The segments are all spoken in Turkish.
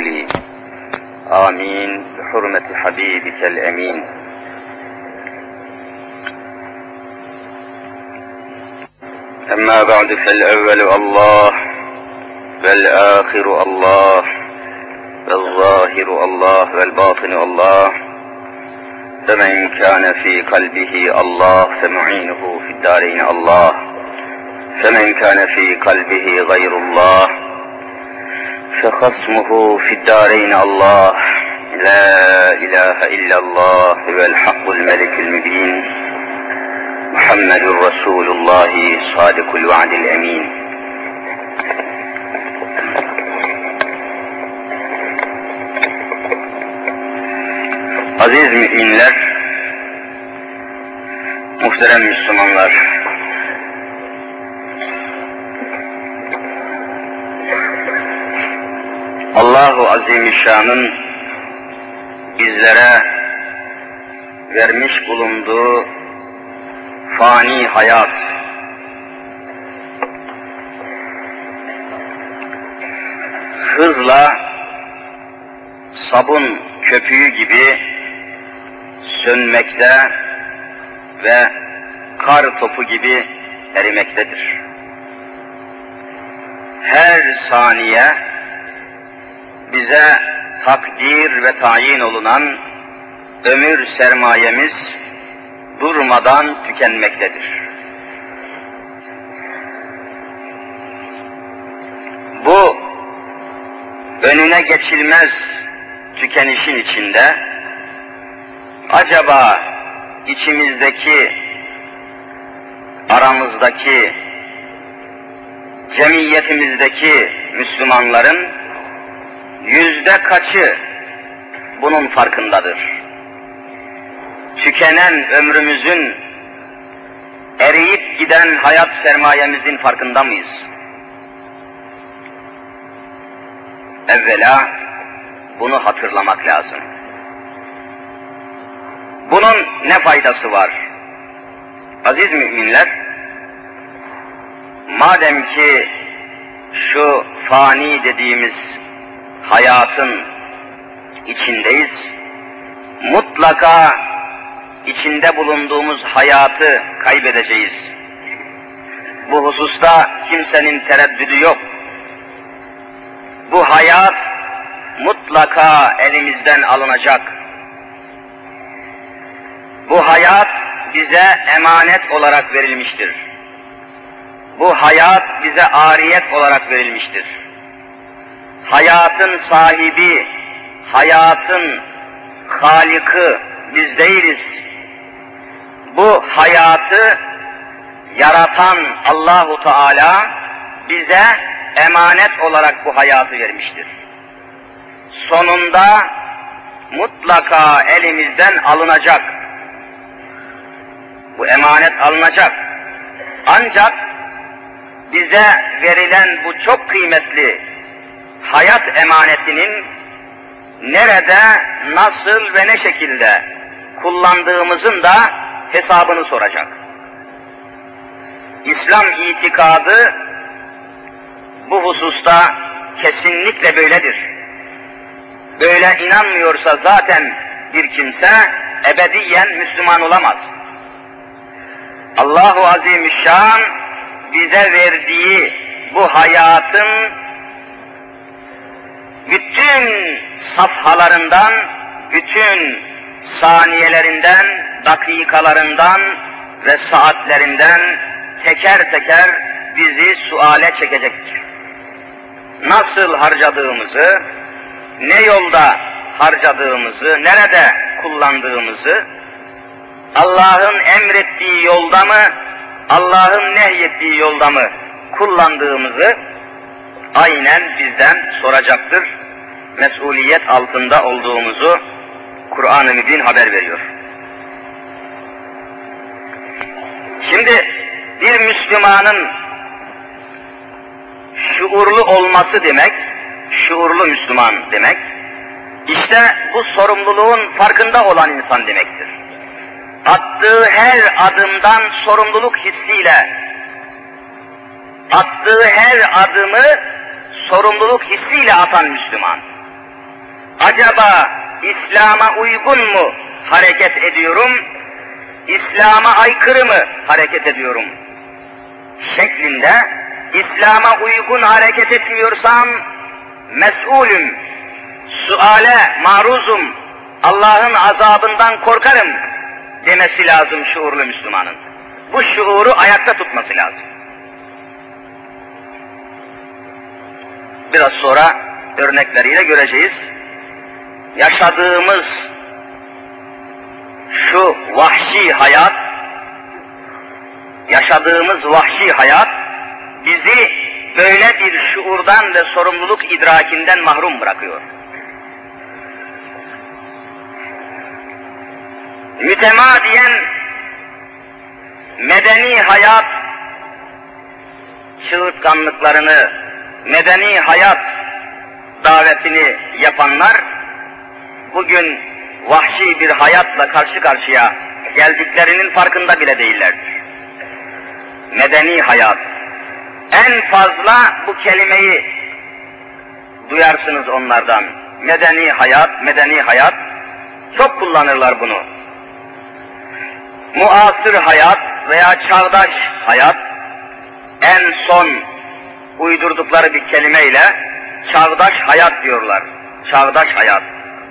رسوله آمين بحرمة حبيبك الأمين. أما بعد فالأول الله والآخر الله والظاهر الله والباطن الله، فمن كان في قلبه الله فمعينه في الدارين الله، فمن كان في قلبه غير الله فخصمه في الدارين الله. لا إله إلا الله هو الحق الملك المبين، محمد رسول الله صادق الوعد الأمين. Aziz müminler, muhterem Müslümanlar, Allah-u Azimüşşan'ın bizlere vermiş bulunduğu fani hayat, hızla sabun köpüğü gibi sönmekte ve kar topu gibi erimektedir. Her saniye bize takdir ve tayin olunan ömür sermayemiz durmadan tükenmektedir. Bu önüne geçilmez tükenişin içinde acaba içimizdeki, aramızdaki, cemiyetimizdeki Müslümanların yüzde kaçı bunun farkındadır? Tükenen ömrümüzün, eriyip giden hayat sermayemizin farkında mıyız? Evvela bunu hatırlamak lazım. Bunun ne faydası var? Aziz müminler, madem ki şu fani dediğimiz hayatın içindeyiz, mutlaka içinde bulunduğumuz hayatı kaybedeceğiz. Bu hususta kimsenin tereddüdü yok. Bu hayat mutlaka elimizden alınacak. Bu hayat bize emanet olarak verilmiştir. Bu hayat bize ariyet olarak verilmiştir. Hayatın sahibi, hayatın haliki biz değiliz. Bu hayatı yaratan Allahu Teala bize emanet olarak bu hayatı vermiştir. Sonunda mutlaka elimizden alınacak. Bu emanet alınacak. Ancak bize verilen bu çok kıymetli hayat emanetinin nerede, nasıl ve ne şekilde kullandığımızın da hesabını soracak. İslam itikadı bu hususta kesinlikle böyledir. Böyle inanmıyorsa zaten bir kimse ebediyen Müslüman olamaz. Allah-u Azimüşşan bize verdiği bu hayatın bütün safhalarından, bütün saniyelerinden, dakikalarından ve saatlerinden teker teker bizi suale çekecektir. Nasıl harcadığımızı, ne yolda harcadığımızı, nerede kullandığımızı, Allah'ın emrettiği yolda mı, Allah'ın nehyettiği yolda mı kullandığımızı aynen bizden soracaktır. Mesuliyet altında olduğumuzu Kur'an-ı Mübin haber veriyor. Şimdi bir Müslümanın şuurlu olması demek, şuurlu Müslüman demek, işte bu sorumluluğun farkında olan insan demektir. Attığı her adımdan sorumluluk hissiyle, attığı her adımı sorumluluk hissiyle atan Müslüman. Acaba İslam'a uygun mu hareket ediyorum, İslam'a aykırı mı hareket ediyorum şeklinde, İslam'a uygun hareket etmiyorsam mes'ulüm, suale maruzum, Allah'ın azabından korkarım demesi lazım şuurlu Müslümanın. Bu şuuru ayakta tutması lazım. Biraz sonra örnekleriyle göreceğiz. Yaşadığımız şu vahşi hayat bizi böyle bir şuurdan ve sorumluluk idrakinden mahrum bırakıyor. Mütemadiyen medeni hayat çığırtkanlıklarını, medeni hayat davetini yapanlar bugün vahşi bir hayatla karşı karşıya geldiklerinin farkında bile değillerdir. Medeni hayat. En fazla bu kelimeyi duyarsınız onlardan. Medeni hayat, medeni hayat. Çok kullanırlar bunu. Muasır hayat veya çağdaş hayat, en son uydurdukları bir kelimeyle çağdaş hayat diyorlar. Çağdaş hayat.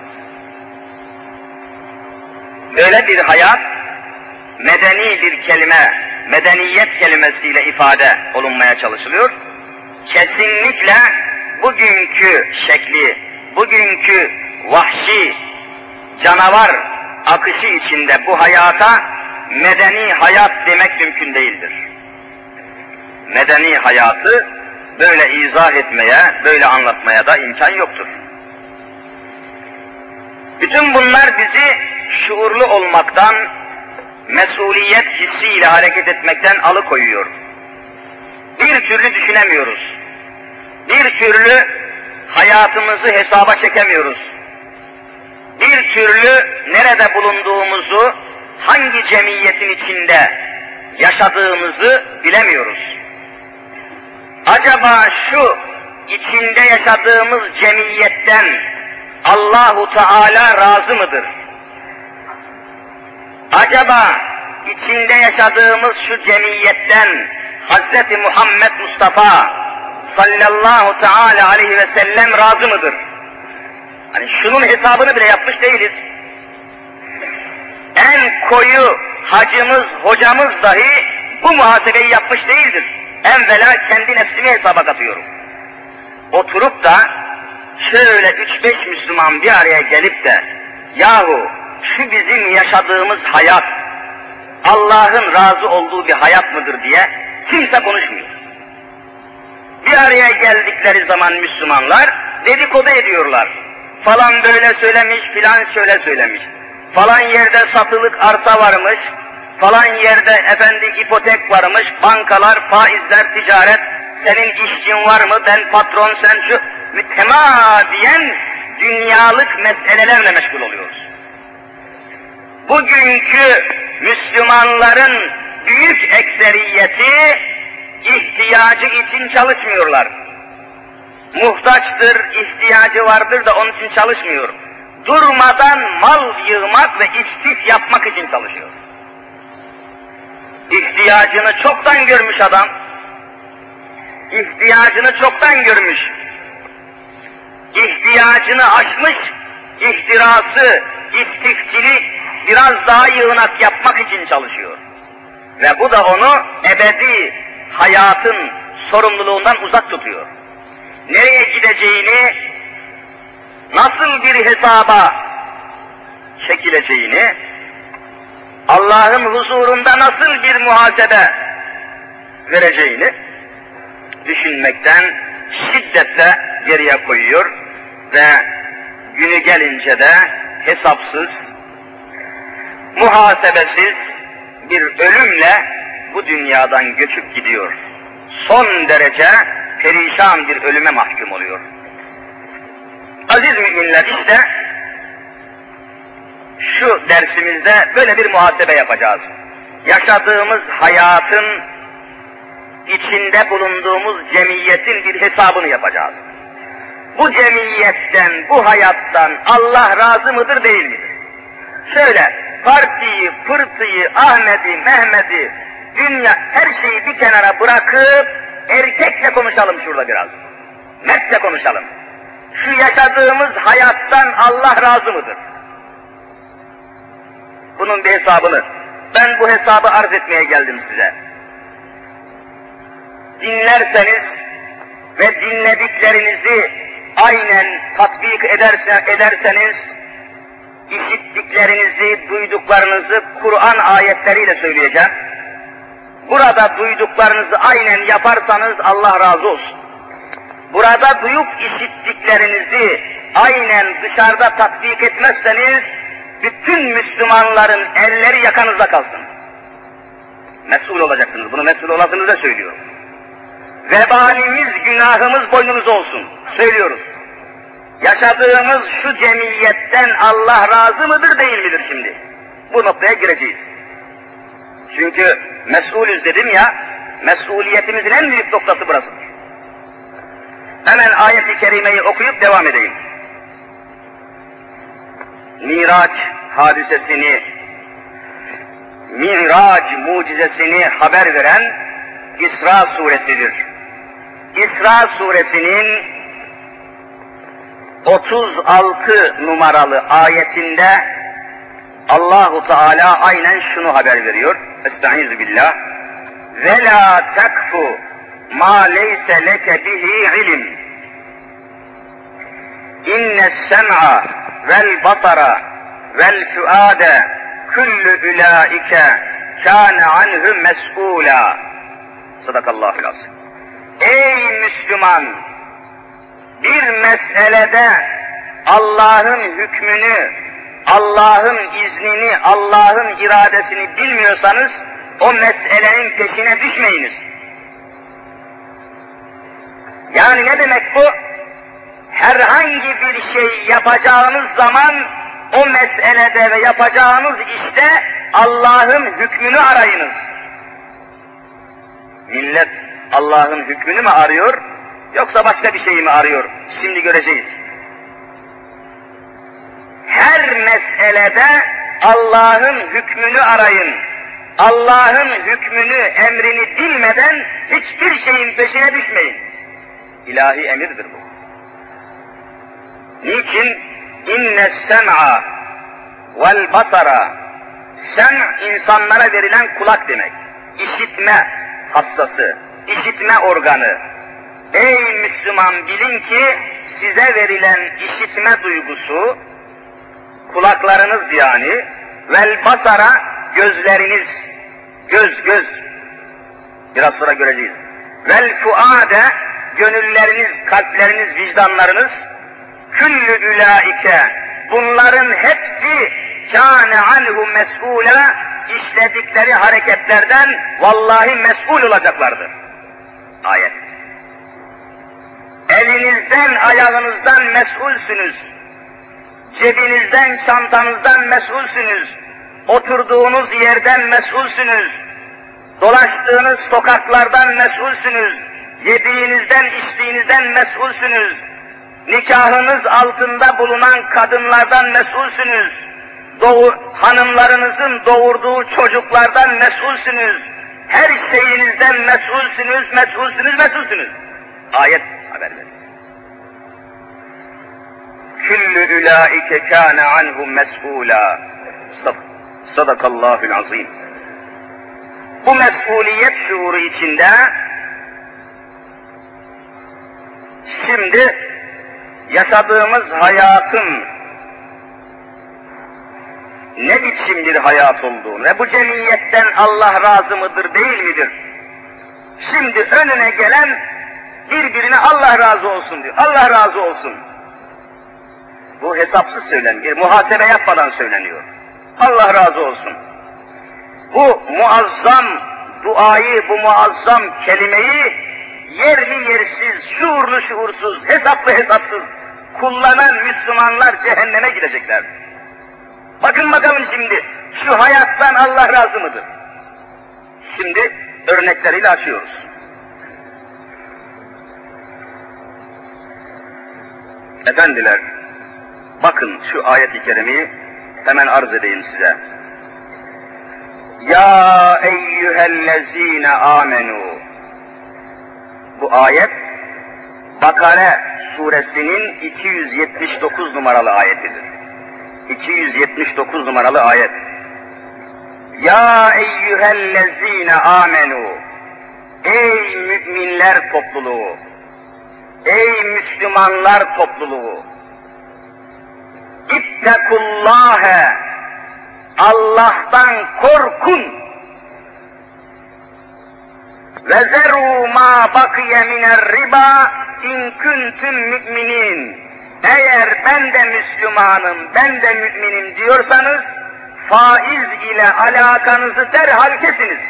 Böyle bir hayat, medeni bir kelime, medeniyet kelimesiyle ifade olunmaya çalışılıyor. Kesinlikle bugünkü şekli, bugünkü vahşi, canavar akışı içinde bu hayata medeni hayat demek mümkün değildir. Medeni hayatı böyle izah etmeye, böyle anlatmaya da imkan yoktur. Bütün bunlar bizi şuurlu olmaktan, mesuliyet hissiyle hareket etmekten alıkoyuyor. Bir türlü düşünemiyoruz. Bir türlü hayatımızı hesaba çekemiyoruz. Bir türlü nerede bulunduğumuzu, hangi cemiyetin içinde yaşadığımızı bilemiyoruz. Acaba şu içinde yaşadığımız cemiyetten Allahu Teala razı mıdır? Acaba içinde yaşadığımız şu cemiyetten Hz. Muhammed Mustafa sallallahu teala aleyhi ve sellem razı mıdır? Hani şunun hesabını bile yapmış değiliz. En koyu hacımız, hocamız dahi bu muhasebeyi yapmış değildir. Evvela kendi nefsimi hesaba katıyorum. Oturup da şöyle 3-5 Müslüman bir araya gelip de yahu şu bizim yaşadığımız hayat Allah'ın razı olduğu bir hayat mıdır diye kimse konuşmuyor. Bir araya geldikleri zaman Müslümanlar dedikodu ediyorlar. Falan böyle söylemiş, filan şöyle söylemiş. Falan yerde satılık arsa varmış, falan yerde ipotek varmış, bankalar, faizler, ticaret, senin işçin var mı, ben patron, sen şu, mütemadiyen dünyalık meselelerle meşgul oluyoruz. Bugünkü Müslümanların büyük ekseriyeti ihtiyacı için çalışmıyorlar. Muhtaçtır, ihtiyacı vardır da onun için çalışmıyor. Durmadan mal yığmak ve istif yapmak için çalışıyor. İhtiyacını çoktan görmüş adam. İhtiyacını çoktan görmüş. İhtiyacını aşmış, ihtirası, istifçili biraz daha yığınak yapmak için çalışıyor. Ve bu da onu ebedi hayatın sorumluluğundan uzak tutuyor. Nereye gideceğini, nasıl bir hesaba çekileceğini, Allah'ın huzurunda nasıl bir muhasebe vereceğini düşünmekten şiddetle geriye koyuyor ve günü gelince de hesapsız, muhasebesiz bir ölümle bu dünyadan göçüp gidiyor. Son derece perişan bir ölüme mahkum oluyor. Aziz müminler, işte şu dersimizde böyle bir muhasebe yapacağız. Yaşadığımız hayatın, içinde bulunduğumuz cemiyetin bir hesabını yapacağız. bu cemiyetten, bu hayattan Allah razı mıdır değil midir? Şöyle, partiyi, pırtıyı, Ahmet'i, Mehmet'i, dünya, her şeyi bir kenara bırakıp erkekçe konuşalım şurada biraz. Mertçe konuşalım. Şu yaşadığımız hayattan Allah razı mıdır? Bunun bir hesabını, ben bu hesabı arz etmeye geldim size. Dinlerseniz ve dinlediklerinizi aynen tatbik ederseniz, işittiklerinizi, duyduklarınızı Kur'an ayetleriyle söyleyeceğim. Burada duyduklarınızı aynen yaparsanız Allah razı olsun. Burada duyup işittiklerinizi aynen dışarıda tatbik etmezseniz, bütün Müslümanların elleri yakanızda kalsın. Mesul olacaksınız, bunu mesul olasınıza söylüyorum. Vebalimiz, günahımız boynunuza olsun, söylüyoruz. Yaşadığımız şu cemiyetten Allah razı mıdır değil midir şimdi? Bu noktaya gireceğiz. Çünkü mesulüz dedim ya, mesuliyetimizin en büyük noktası burasıdır. Hemen ayet-i kerimeyi okuyup devam edeyim. Miraç hadisesini, Miraç mucizesini haber veren İsra suresidir. İsra suresinin 36 numaralı ayetinde Allahu Teala aynen şunu haber veriyor. Estaizu billah. Ve la tekfu ma leyse leke bihi ilim. İnne sem'a vel basara vel fuade kullu ulaike kâne anhu mes'ûlâ. Sadakallahul azim. Ey Müslüman! Bir meselede Allah'ın hükmünü, Allah'ın iznini, Allah'ın iradesini bilmiyorsanız o meselenin peşine düşmeyiniz. Yani ne demek bu? Herhangi bir şey yapacağınız zaman o meselede ve yapacağınız işte Allah'ın hükmünü arayınız. Millet Allah'ın hükmünü mü arıyor yoksa başka bir şeyi mi arıyor? Şimdi göreceğiz. Her meselede Allah'ın hükmünü arayın. Allah'ın hükmünü, emrini bilmeden hiçbir şeyin peşine düşmeyin. İlahi emirdir bu. Niçin? İnne sem'a vel basara. Sem' insanlara verilen kulak demek. İşitme hassası, işitme organı. Ey Müslüman, bilin ki size verilen işitme duygusu, kulaklarınız yani, vel basara gözleriniz, göz, biraz sonra göreceğiz. Vel fuade gönülleriniz, kalpleriniz, vicdanlarınız, küllü ulaike, bunların hepsi kâne anhu mes'ûlâ, işledikleri hareketlerden vallahi mes'ul olacaklardır. Ayet. Elinizden, ayağınızdan mes'ulsünüz. Cebinizden, çantanızdan mes'ulsünüz. Oturduğunuz yerden mes'ulsünüz. Dolaştığınız sokaklardan mes'ulsünüz. Yediğinizden, içtiğinizden mes'ulsünüz. Nikahınız altında bulunan kadınlardan mes'ulsünüz. Hanımlarınızın doğurduğu çocuklardan mes'ulsünüz. Her şeyinizden mes'ulsünüz. Ayet haber veriyor. Küllü ulaike kâne anhu mes'ûlâ. Sadakallahul azim. Bu mes'uliyet şuuru içinde şimdi yaşadığımız hayatın ne biçim bir hayat olduğunu ve bu cemiyetten Allah razı mıdır değil midir? Şimdi önüne gelen birbirine Allah razı olsun diyor. Allah razı olsun. Bu hesapsız söyleniyor, muhasebe yapmadan söyleniyor. Allah razı olsun. Bu muazzam duayı, bu muazzam kelimeyi yerli yersiz, şuurlu şuursuz, hesaplı hesapsız kullanan Müslümanlar cehenneme gidecekler. Bakın bakalım şimdi, şu hayattan Allah razı mıdır? Şimdi örnekleriyle açıyoruz. Efendiler, bakın şu ayet-i kerimeyi hemen arz edeyim size. Ya eyyühellezine amenu. Bu ayet Bakara suresinin 279 numaralı ayetidir. 279 numaralı ayet. Ya eyyühellezine amenu. Ey müminler topluluğu. Ey Müslümanlar topluluğu. İttekullâhe. Allah'tan korkun. Ve zerû mâ bakiye miner riba in kuntum müminin. Eğer ben de Müslümanım, ben de müminim diyorsanız, faiz ile alakanızı derhal kesiniz.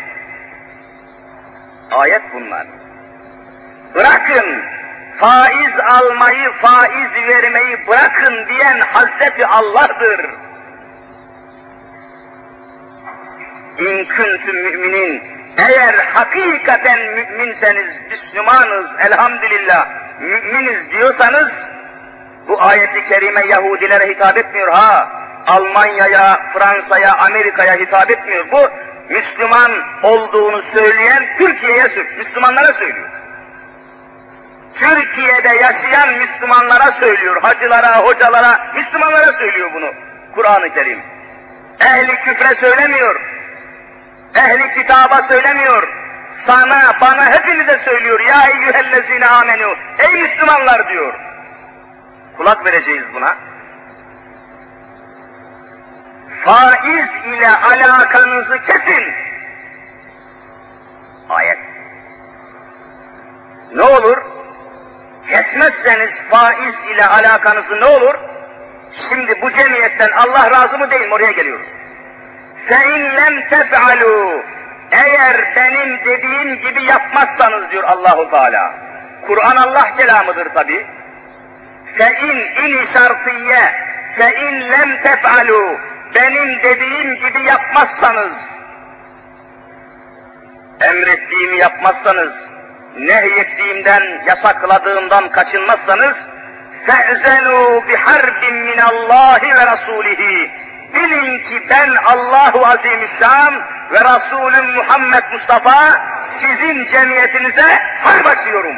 Ayet bunlar. Bırakın, faiz almayı, faiz vermeyi bırakın diyen Hazreti Allah'tır. İn kuntum müminin. Eğer hakikaten müminseniz, Müslümanız, elhamdülillah, müminiz diyorsanız, bu ayet-i kerime Yahudilere hitap etmiyor ha, Almanya'ya, Fransa'ya, Amerika'ya hitap etmiyor. Bu, Müslüman olduğunu söyleyen Türkiye'ye, Müslümanlara söylüyor. Türkiye'de yaşayan Müslümanlara söylüyor, hacılara, hocalara, Müslümanlara söylüyor bunu Kur'an-ı Kerim. Ehli küfre söylemiyor. Ehli kitaba söylemiyor, sana, bana, hepinize söylüyor. Ya eyyühellezine amenu, ey Müslümanlar diyor. Kulak vereceğiz buna. Faiz ile alakanızı kesin. Ayet. Ne olur? Kesmezseniz faiz ile alakanızı ne olur? Şimdi bu cemiyetten Allah razı mı değil mi? Oraya geliyoruz. فَاِنْ لَمْ تَفْعَلُوا. Eğer benim dediğim gibi yapmazsanız diyor Allahu Teala. Kur'an Allah kelamıdır tabi. فَاِنْ اِنِ şartiye فَاِنْ لَمْ تَفْعَلُوا. Benim dediğim gibi yapmazsanız, emrettiğimi yapmazsanız, nehyettiğimden, yasakladığımdan kaçınmazsanız, فَاَذَنُوا بِحَرْبٍ مِّنَ اللّٰهِ وَرَسُولِهِ. Bilin ki ben Allahu Azimüşşan ve Resulüm Muhammed Mustafa sizin cemiyetinize harp açıyorum.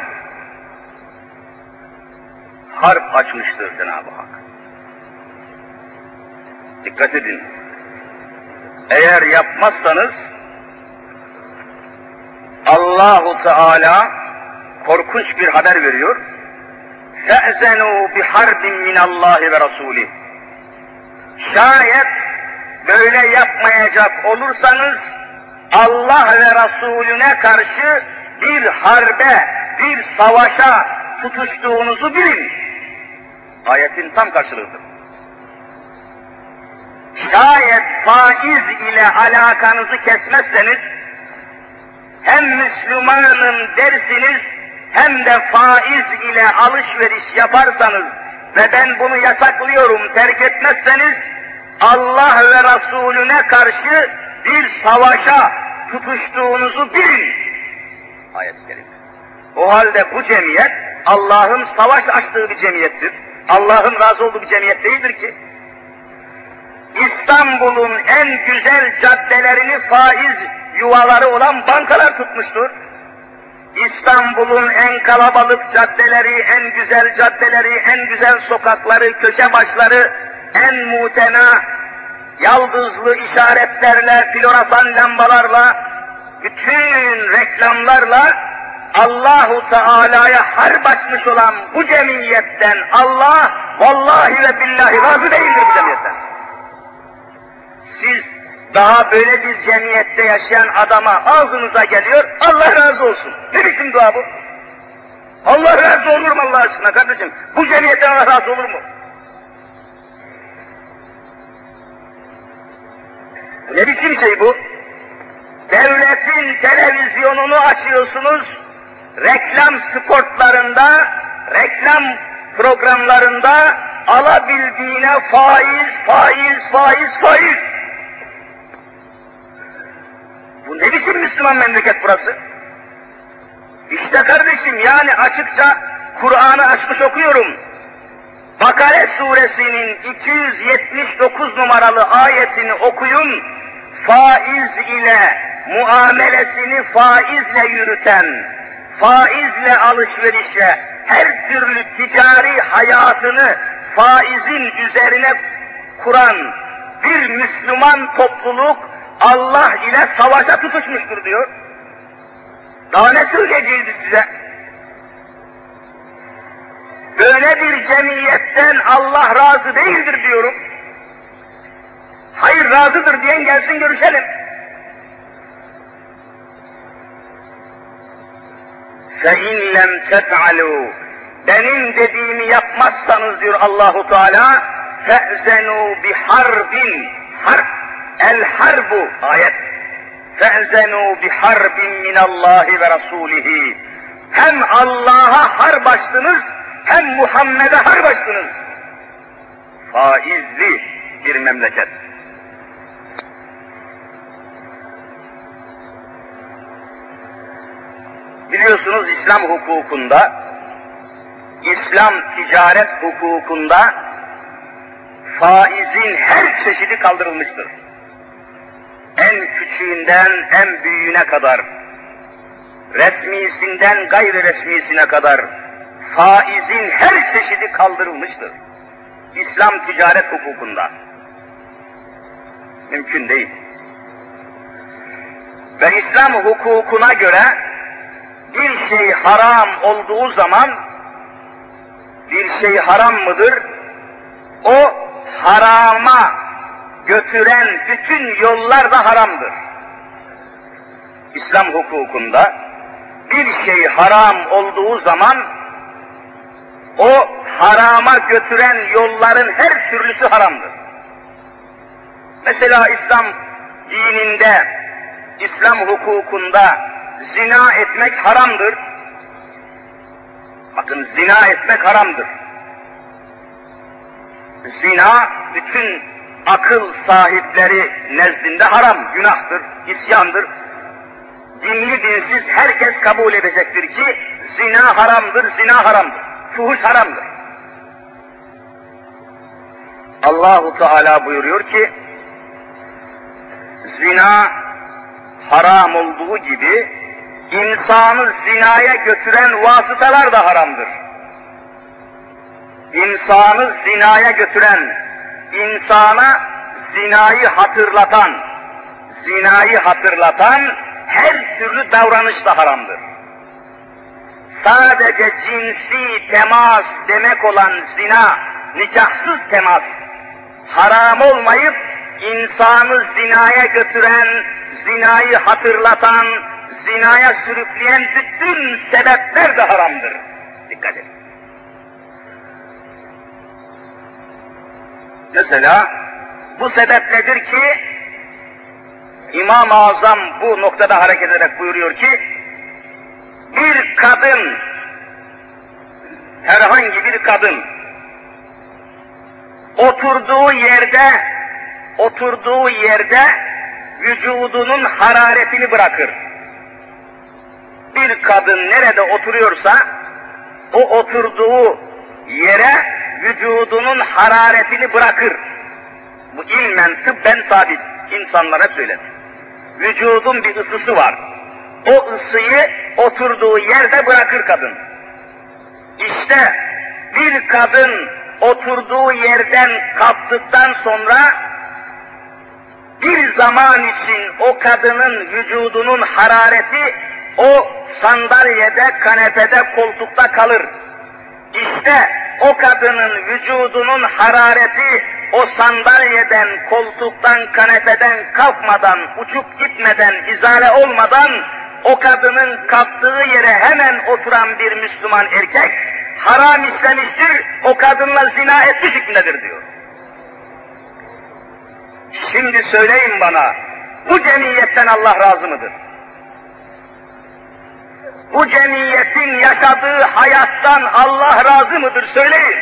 Harp açmıştır Cenab-ı Hak. Dikkat edin. Eğer yapmazsanız Allahu Teala korkunç bir haber veriyor. فَاَذَنُوا بِحَرْبٍ مِّنَ اللّٰهِ وَرَسُولِهِ. Şayet böyle yapmayacak olursanız Allah ve Resulüne karşı bir harbe, bir savaşa tutuştuğunuzu bilin. Ayetin tam karşılığıdır. Şayet faiz ile alakanızı kesmezseniz, hem Müslümanım dersiniz, hem de faiz ile alışveriş yaparsanız ve ben bunu yasaklıyorum, terk etmezseniz, Allah ve Resulüne karşı bir savaşa tutuştuğunuzu bilin. Ayet-i kerime. O halde bu cemiyet, Allah'ın savaş açtığı bir cemiyettir. Allah'ın razı olduğu bir cemiyet değildir ki. İstanbul'un en güzel caddelerini faiz yuvaları olan bankalar tutmuştur. İstanbul'un en kalabalık caddeleri, en güzel caddeleri, en güzel sokakları, köşe başları, en mutena, yaldızlı işaretlerle, floresan lambalarla, bütün reklamlarla Allahu Teala'ya harp açmış olan bu cemiyetten Allah vallahi ve billahi razı değildir bu cemiyetten. Siz daha böyle bir cemiyette yaşayan adama ağzınıza geliyor, Allah razı olsun. Ne biçim dua bu? Allah razı olur mu Allah aşkına kardeşim? Bu cemiyetten Allah razı olur mu? Ne biçim şey bu? Devletin televizyonunu açıyorsunuz, reklam spotlarında, reklam programlarında alabildiğine faiz, faiz, faiz, faiz. Bu ne biçim Müslüman memleket burası? İşte kardeşim, yani açıkça Kur'an'ı açmış okuyorum. Bakara suresinin 279 numaralı ayetini okuyun, faiz ile muamelesini faizle yürüten, faizle alışverişle, her türlü ticari hayatını faizin üzerine kuran bir Müslüman topluluk Allah ile savaşa tutuşmuştur diyor. Daha ne söyleyeceğiz biz size? Böyle bir cemiyetten Allah razı değildir diyorum. Hayır, razıdır diyen gelsin görüşelim. فَاِنْ لَمْ تَفْعَلُوا Benim dediğimi yapmazsanız diyor Allahu Teala, فَاَذَنُوا بِحَرْبٍ Harp, el-harbu ayet. فَاَذَنُوا بِحَرْبٍ مِنَ اللّٰهِ وَرَسُولِهِ Hem Allah'a harp açtınız, hem Muhammed'e harp açtınız. Faizli bir memleket. Biliyorsunuz İslam hukukunda, İslam ticaret hukukunda faizin her çeşidi kaldırılmıştır. En küçüğünden en büyüğüne kadar, resmisinden gayri resmisine kadar faizin her çeşidi kaldırılmıştır. İslam ticaret hukukunda. Mümkün değil. Ve İslam hukukuna göre bir şey haram olduğu zaman, bir şey haram mıdır? O harama götüren bütün yollar da haramdır. İslam hukukunda bir şey haram olduğu zaman, o harama götüren yolların her türlüsü haramdır. Mesela İslam dininde, İslam hukukunda zina etmek haramdır. Bakın, zina etmek haramdır. Zina bütün akıl sahipleri nezdinde haram, günahtır, isyandır. Dinli dinsiz herkes kabul edecektir ki zina haramdır, zina haramdır, fuhuş haramdır. Allahu Teala buyuruyor ki, zina haram olduğu gibi insanı zinaya götüren vasıtalar da haramdır. İnsanı zinaya götüren, insana zinayı hatırlatan her türlü davranış da haramdır. Sadece cinsi temas demek olan zina, nikahsız temas, haram olmayıp insanı zinaya götüren, zinayı hatırlatan, zinaya sürükleyen bütün sebepler de haramdır. Dikkat edin. Mesela bu sebepledir ki İmam-ı Azam bu noktada hareket ederek buyuruyor ki, bir kadın, herhangi bir kadın oturduğu yerde vücudunun hararetini bırakır. Bir kadın nerede oturuyorsa o oturduğu yere vücudunun hararetini bırakır. Bu ilmen, tıbben sabit. İnsanlar hep söyler. Vücudun bir ısısı var. O ısıyı oturduğu yerde bırakır kadın. İşte bir kadın oturduğu yerden kalktıktan sonra bir zaman için o kadının vücudunun harareti o sandalyede, kanepede, koltukta kalır. İşte o kadının vücudunun harareti o sandalyeden, koltuktan, kanepeden kalkmadan, uçup gitmeden, izale olmadan o kadının kalktığı yere hemen oturan bir Müslüman erkek haram işlemiştir, o kadınla zina etmiş hükmündedir diyor. Şimdi söyleyin bana, bu cemiyetten Allah razı mıdır? Bu cemiyetin yaşadığı hayattan Allah razı mıdır? Söyleyin.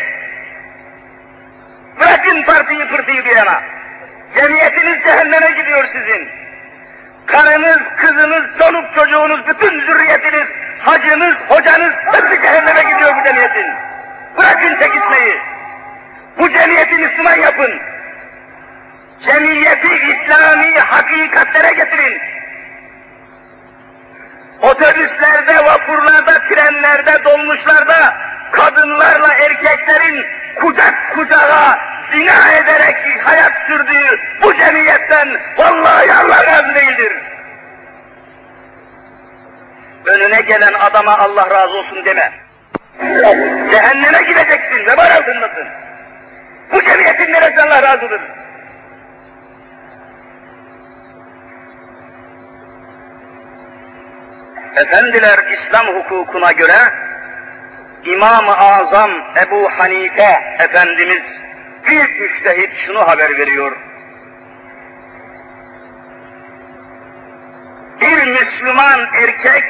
Bırakın partiyi pırtıyı bir yana. Cemiyetiniz cehenneme gidiyor sizin. Karınız, kızınız, çoluk çocuğunuz, bütün zürriyetiniz, hacınız, hocanız hepsi cehenneme gidiyor bu cemiyetin. Bırakın çekişmeyi. cemiyeti Müslüman yapın. Cemiyeti İslami hakikatlere getirin. Otobüslerde, vapurlarda, trenlerde, dolmuşlarda kadınlarla erkeklerin kucak kucağa zina ederek hayat sürdüğü bu cemiyetten vallahi Allah razı değildir. Önüne gelen adama Allah razı olsun deme. Cehenneme gideceksin, vebal altındasın. Bu cemiyetin neresi Allah razıdır? Efendiler İslam hukukuna göre İmam-ı Azam Ebu Hanife Efendimiz büyük müştehit şunu haber veriyor. Bir Müslüman erkek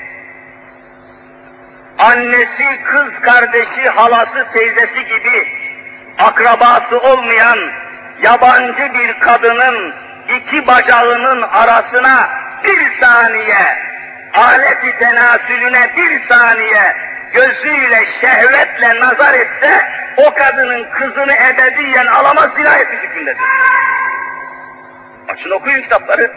annesi, kız kardeşi, halası, teyzesi gibi akrabası olmayan yabancı bir kadının iki bacağının arasına bir saniye, alet-i tenasülüne bir saniye gözüyle, şehvetle nazar etse, o kadının kızını ebediyen alamaz, zina etmiş hükmündedir. Açın okuyun kitapları.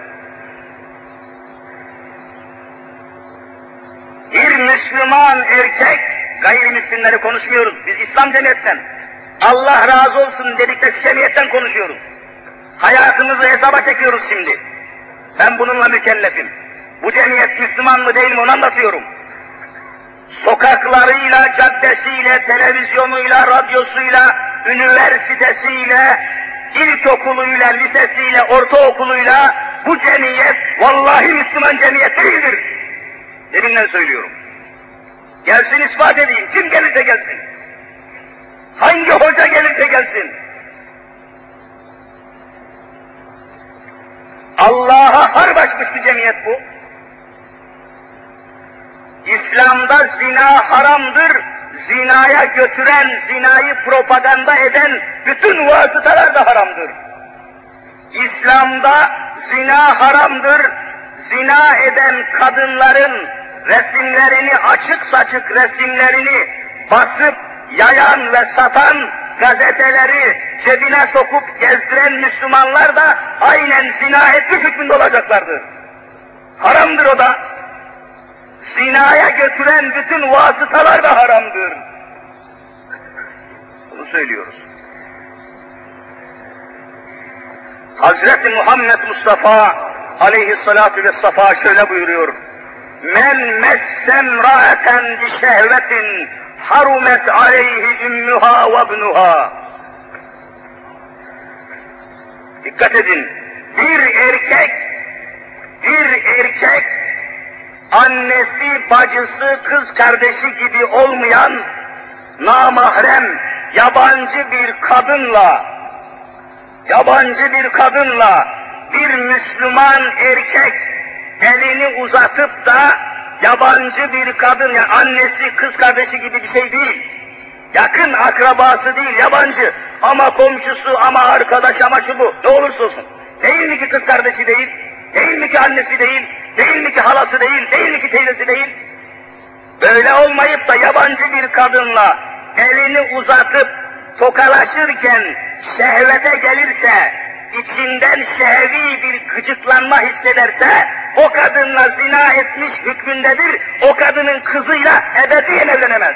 Bir Müslüman erkek, gayrimüslimleri konuşmuyoruz, biz İslam cemiyetten, Allah razı olsun dedikleri şu cemiyetten konuşuyoruz. Hayatımızı hesaba çekiyoruz şimdi. Ben bununla mükellefim. Bu cemiyet Müslüman mı değil mi onu anlatıyorum. Sokaklarıyla, caddesiyle, televizyonuyla, radyosuyla, üniversitesiyle, ilkokuluyla, lisesiyle, ortaokuluyla bu cemiyet vallahi Müslüman cemiyet değildir. Derinden söylüyorum. Gelsin ispat edeyim. Kim gelirse gelsin. Hangi hoca gelirse gelsin. Allah'a harp açmış bir cemiyet bu. İslam'da zina haramdır, zinaya götüren, zinayı propaganda eden bütün vasıtalar da haramdır. İslam'da zina haramdır, zina eden kadınların resimlerini, açık saçık resimlerini basıp yayan ve satan, gazeteleri cebine sokup gezdiren Müslümanlar da aynen zina etmiş hükmünde olacaklardır. Haramdır o da. Zinaya götüren bütün vasıtalar da haramdır. Bunu söylüyoruz. Hazreti Muhammed Mustafa aleyhissalatu vesselam şöyle buyuruyor. Men messem ra'eten bi şehvetin harumet aleyhi ümmüha ve ibnuha. Dikkat edin. Bir erkek annesi, bacısı, kız kardeşi gibi olmayan namahrem yabancı bir kadınla bir Müslüman erkek elini uzatıp da yabancı bir kadın, yani annesi, kız kardeşi gibi bir şey değil. Yakın akrabası değil, yabancı. Ama komşusu, ama arkadaş, ama şu bu. Ne olursa olsun. Değil mi ki kız kardeşi değil? Değil mi ki annesi değil? Değil mi ki halası değil? Değil mi ki teyzesi değil? Böyle olmayıp da yabancı bir kadınla elini uzatıp tokalaşırken şehvete gelirse, içinden şehvi bir gıcıklanma hissederse, o kadınla zina etmiş hükmündedir, o kadının kızıyla ebediyen evlenemez.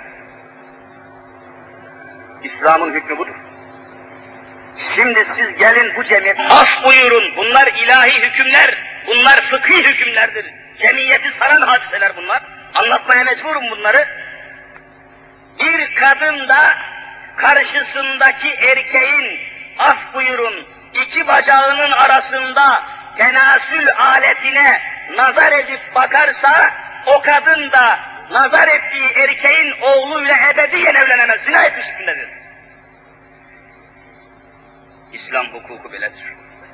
İslam'ın hükmü budur. Şimdi siz gelin bu cemiyet, af buyurun, bunlar ilahi hükümler, bunlar fıkhi hükümlerdir. Cemiyeti saran hadiseler bunlar. Anlatmaya mecburum bunları. Bir kadın da karşısındaki erkeğin, af buyurun, iki bacağının arasında tenasül aletine nazar edip bakarsa, o kadın da nazar ettiği erkeğin oğluyla ebediyen evlenemez, zina etmiş hükmündedir. İslam hukuku böyledir.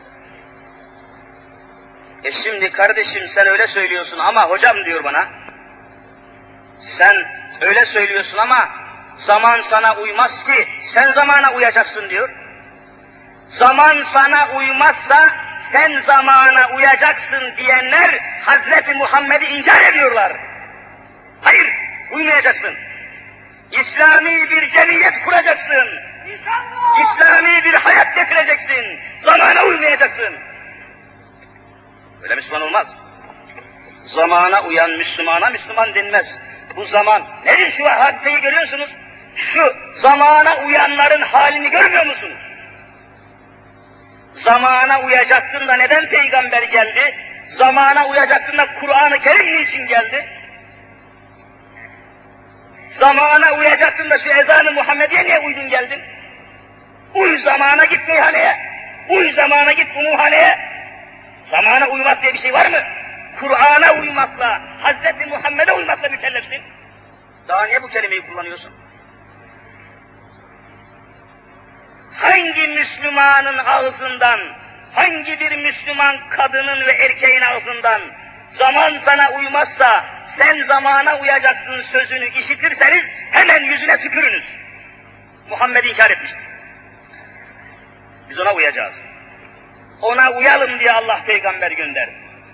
Şimdi kardeşim sen öyle söylüyorsun ama hocam diyor bana, sen öyle söylüyorsun ama zaman sana uymaz ki, sen zamana uyacaksın diyor. Zaman sana uymazsa sen zamana uyacaksın diyenler Hazreti Muhammed'i inkar ediyorlar. Hayır, uymayacaksın. İslami bir cemiyet kuracaksın. İnşallah. uyacaksın. Öyle Müslüman olmaz. Zamana uyan Müslümana Müslüman denmez. Bu zaman, nedir şu hadiseyi görüyorsunuz? Şu zamana uyanların halini görmüyor musunuz? Zamana uyacaktın da neden peygamber geldi? Zamana uyacaktın da Kur'an-ı Kerim niçin geldi? Zamana uyacaktın da şu ezan-ı Muhammediye niye uydun geldin? Uy zamana git meyhaneye, uy zamana git umuhaneye. Zamana uymak diye bir şey var mı? Kur'an'a uymakla, Hazreti Muhammed'e uymakla mükellefsin. Daha niye bu kelimeyi kullanıyorsun? Hangi Müslümanın ağzından, hangi bir Müslüman kadının ve erkeğin ağzından zaman sana uymazsa sen zamana uyacaksın sözünü işitirseniz hemen yüzüne tükürünüz. Muhammed inkar etmiştir. Biz ona uyacağız. Ona uyalım diye Allah peygamber gönderdi.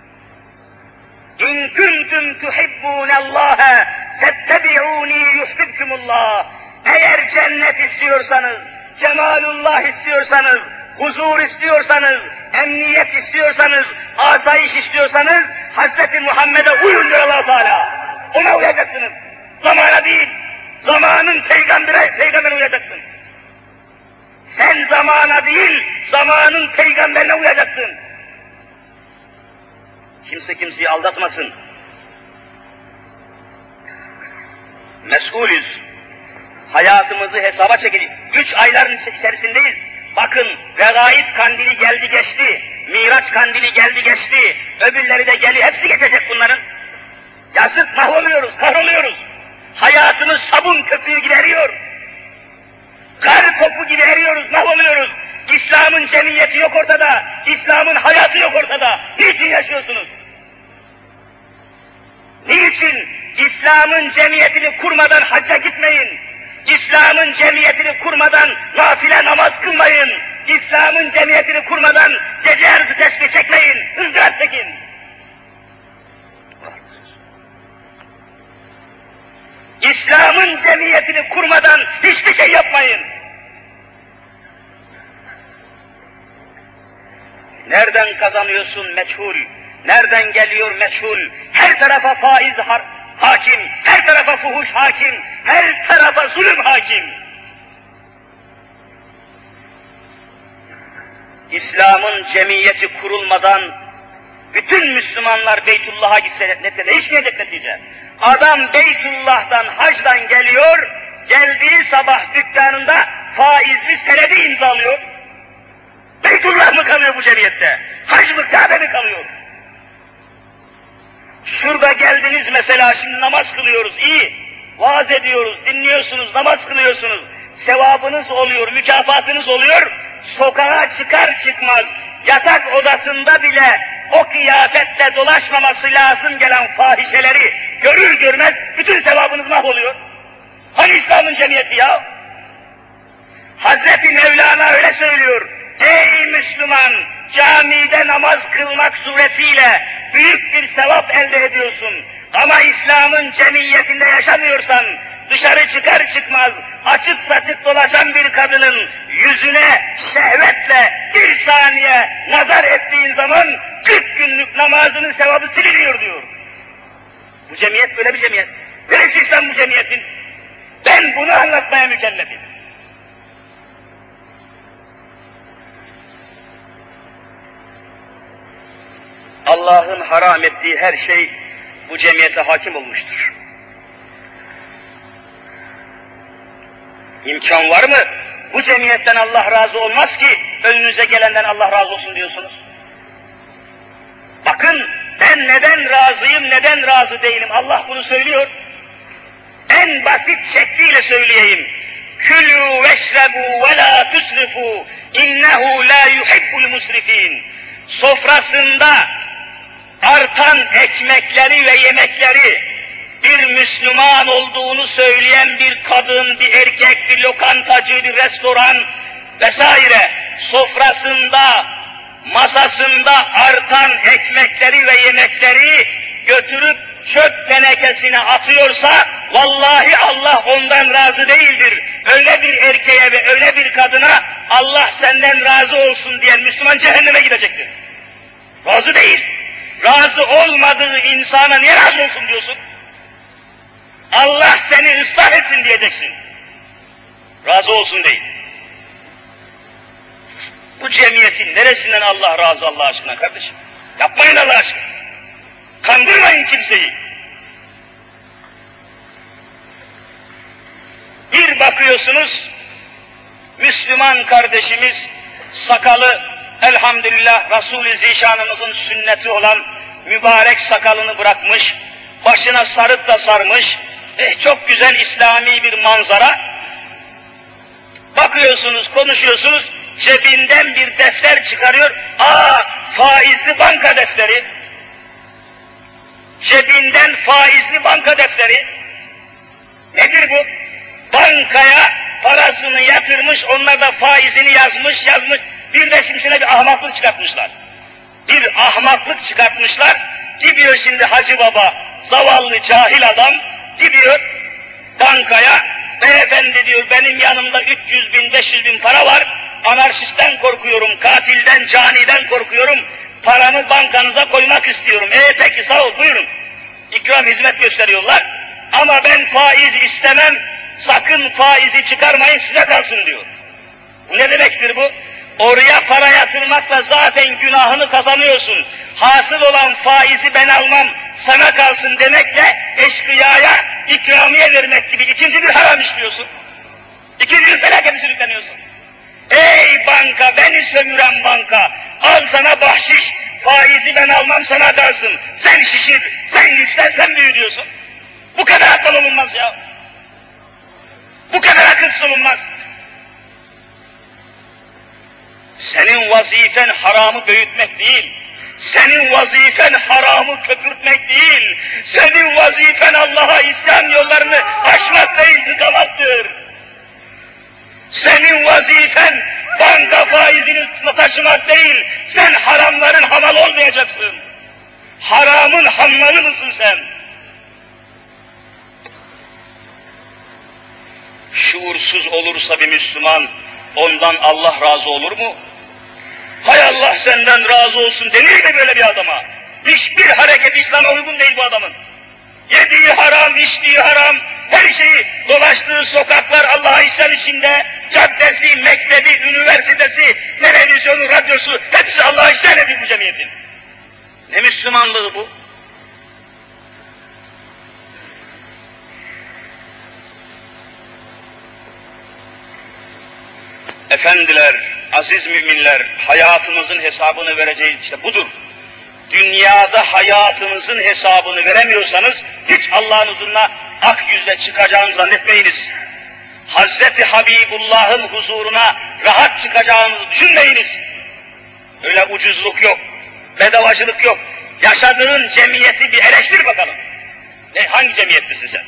İn kuntum tuhibbunallaha fettebi'uni yuhibbukumullah. Eğer cennet istiyorsanız, cemalullah istiyorsanız, huzur istiyorsanız, emniyet istiyorsanız, asayiş istiyorsanız Hazreti Muhammed'e uyun diyor Allah Teala. Ona uyacaksınız. Zamana değil, zamanın peygamberine uyacaksın. Sen zamana değil, zamanın peygamberine uyacaksın. Kimse kimseyi aldatmasın. Mesulüz. Hayatımızı hesaba çekelim. 3 ayların içerisindeyiz. Bakın, Regaib kandili geldi geçti. Miraç kandili geldi geçti. Öbürleri de geliyor. Hepsi geçecek bunların. Yazık, mahvoluyoruz, kahroluyoruz. Hayatımız sabun köpüğü gibi eriyor. Kar topu gibi eriyoruz, mahvoluyoruz. İslam'ın cemiyeti yok ortada. İslam'ın hayatı yok ortada. Niçin yaşıyorsunuz? Niçin İslam'ın cemiyetini kurmadan hacca gitmeyin? İslam'ın cemiyetini kurmadan nafile namaz kılmayın. İslam'ın cemiyetini kurmadan gece yarısı tesbih çekmeyin. Hızlı çekin. İslam'ın cemiyetini kurmadan hiçbir şey yapmayın. Nereden kazanıyorsun meçhul, nereden geliyor meçhul, her tarafa faiz hakim, her tarafa fuhuş hakim, her tarafa zulüm hakim. İslam'ın cemiyeti kurulmadan bütün Müslümanlar Beytullah'a gitse değişmeyecek netice. Adam Beytullah'tan, hacdan geliyor, geldiği sabah dükkanında faizli senedi imzalıyor. Beytullah mı kalıyor bu cemiyette? Hac mı, Kabe mi kalıyor? Şurada geldiniz mesela, şimdi namaz kılıyoruz, iyi. Vaaz ediyoruz, dinliyorsunuz, namaz kılıyorsunuz. Sevabınız oluyor, mükafatınız oluyor. Sokağa çıkar çıkmaz, yatak odasında bile o kıyafetle dolaşmaması lazım gelen fahişeleri görür görmez bütün sevabınız mahvoluyor. Hani İslam'ın cemiyeti ya? Hazreti Mevlana öyle söylüyor. Ey Müslüman, camide namaz kılmak suretiyle büyük bir sevap elde ediyorsun. Ama İslam'ın cemiyetinde yaşamıyorsan, dışarı çıkar çıkmaz açık saçık dolaşan bir kadının yüzüne şehvetle bir saniye nazar ettiğin zaman 40 günlük namazının sevabı siliniyor diyor. Bu cemiyet böyle bir cemiyet. Neresi İslam bu cemiyetin? Ben bunu anlatmaya mükellefim. Allah'ın haram ettiği her şey bu cemiyete hakim olmuştur. İmkan var mı? Bu cemiyetten Allah razı olmaz ki önünüze gelenden Allah razı olsun diyorsunuz. Bakın, ben neden razıyım, neden razı değilim? Allah bunu söylüyor. En basit şekliyle söyleyeyim. Külü veşrebu ve la tusrifu innehu la yuhibbul musrifin. Sofrasında artan ekmekleri ve yemekleri bir Müslüman olduğunu söyleyen bir kadın, bir erkek, bir lokantacı, bir restoran vesaire sofrasında, masasında artan ekmekleri ve yemekleri götürüp çöp tenekesine atıyorsa vallahi Allah ondan razı değildir. öyle bir erkeğe ve öyle bir kadına Allah senden razı olsun diyen Müslüman cehenneme gidecektir. Razı değil. Razı olmadığı insana niye razı olsun diyorsun? Allah seni ıslah etsin diyeceksin. Razı olsun değil. Bu cemiyetin neresinden Allah razı Allah aşkına kardeşim? Yapmayın Allah aşkına. Kandırmayın kimseyi. Bir bakıyorsunuz, Müslüman kardeşimiz sakalı elhamdülillah Resul-i Zişanımızın sünneti olan mübarek sakalını bırakmış, başına sarıp da sarmış, çok güzel İslami bir manzara. Bakıyorsunuz, konuşuyorsunuz, cebinden bir defter çıkarıyor, faizli banka defteri. Cebinden faizli banka defteri. Nedir bu? Bankaya parasını yatırmış, onlar da faizini yazmış. Bir de şimdi şöyle bir ahmaklık çıkartmışlar. Bir ahmaklık çıkartmışlar. Gidiyor şimdi Hacı Baba, zavallı cahil adam, gidiyor bankaya, beyefendi diyor benim yanımda 300 bin, 500 bin para var, anarşistten korkuyorum, katilden, caniden korkuyorum, paramı bankanıza koymak istiyorum. Peki sağ ol, buyurun. İkram hizmet gösteriyorlar. Ama ben faiz istemem, sakın faizi çıkarmayın, size kalsın diyor. Bu ne demektir bu? Oraya para yatırmakla zaten günahını kazanıyorsun. Hasıl olan faizi ben almam, sana kalsın demekle eşkıyaya ikramiye vermek gibi ikinci bir haram işliyorsun. İkinci bir felakete sürükleniyorsun. Ey banka, beni sömüren banka, al sana bahşiş, faizi ben almam, sana kalsın. Sen şişir, sen yüksel, sen büyü diyorsun. Bu kadar akıl olunmaz ya. Bu kadar akılsız olunmaz. Senin vazifen haramı büyütmek değil. Senin vazifen haramı köpürtmek değil. Senin vazifen Allah'a isyan yollarını aşmak ve intikamaktır. Senin vazifen banka faizini taşımak değil. Sen haramların hamalı olmayacaksın. Haramın hammalı mısın sen? Şuursuz olursa bir Müslüman, ondan Allah razı olur mu? Hay Allah senden razı olsun denir mi böyle bir adama? Hiçbir hareket İslam'a uygun değil bu adamın. Yediği haram, içtiği haram, her şeyi, dolaştığı sokaklar Allah'a isyan içinde, caddesi, mektebi, üniversitesi, televizyonu, radyosu, hepsi Allah'a isyan ediyor bu cemiyetin. Ne Müslümanlığı bu? Efendiler, aziz müminler, hayatımızın hesabını vereceğiz, işte budur. Dünyada hayatınızın hesabını veremiyorsanız, hiç Allah'ın huzuruna ak yüzle çıkacağınızı zannetmeyiniz. Hazreti Habibullah'ın huzuruna rahat çıkacağınızı düşünmeyiniz. Öyle ucuzluk yok, bedavacılık yok. Yaşadığın cemiyeti bir eleştir bakalım. Hangi cemiyettesin sen?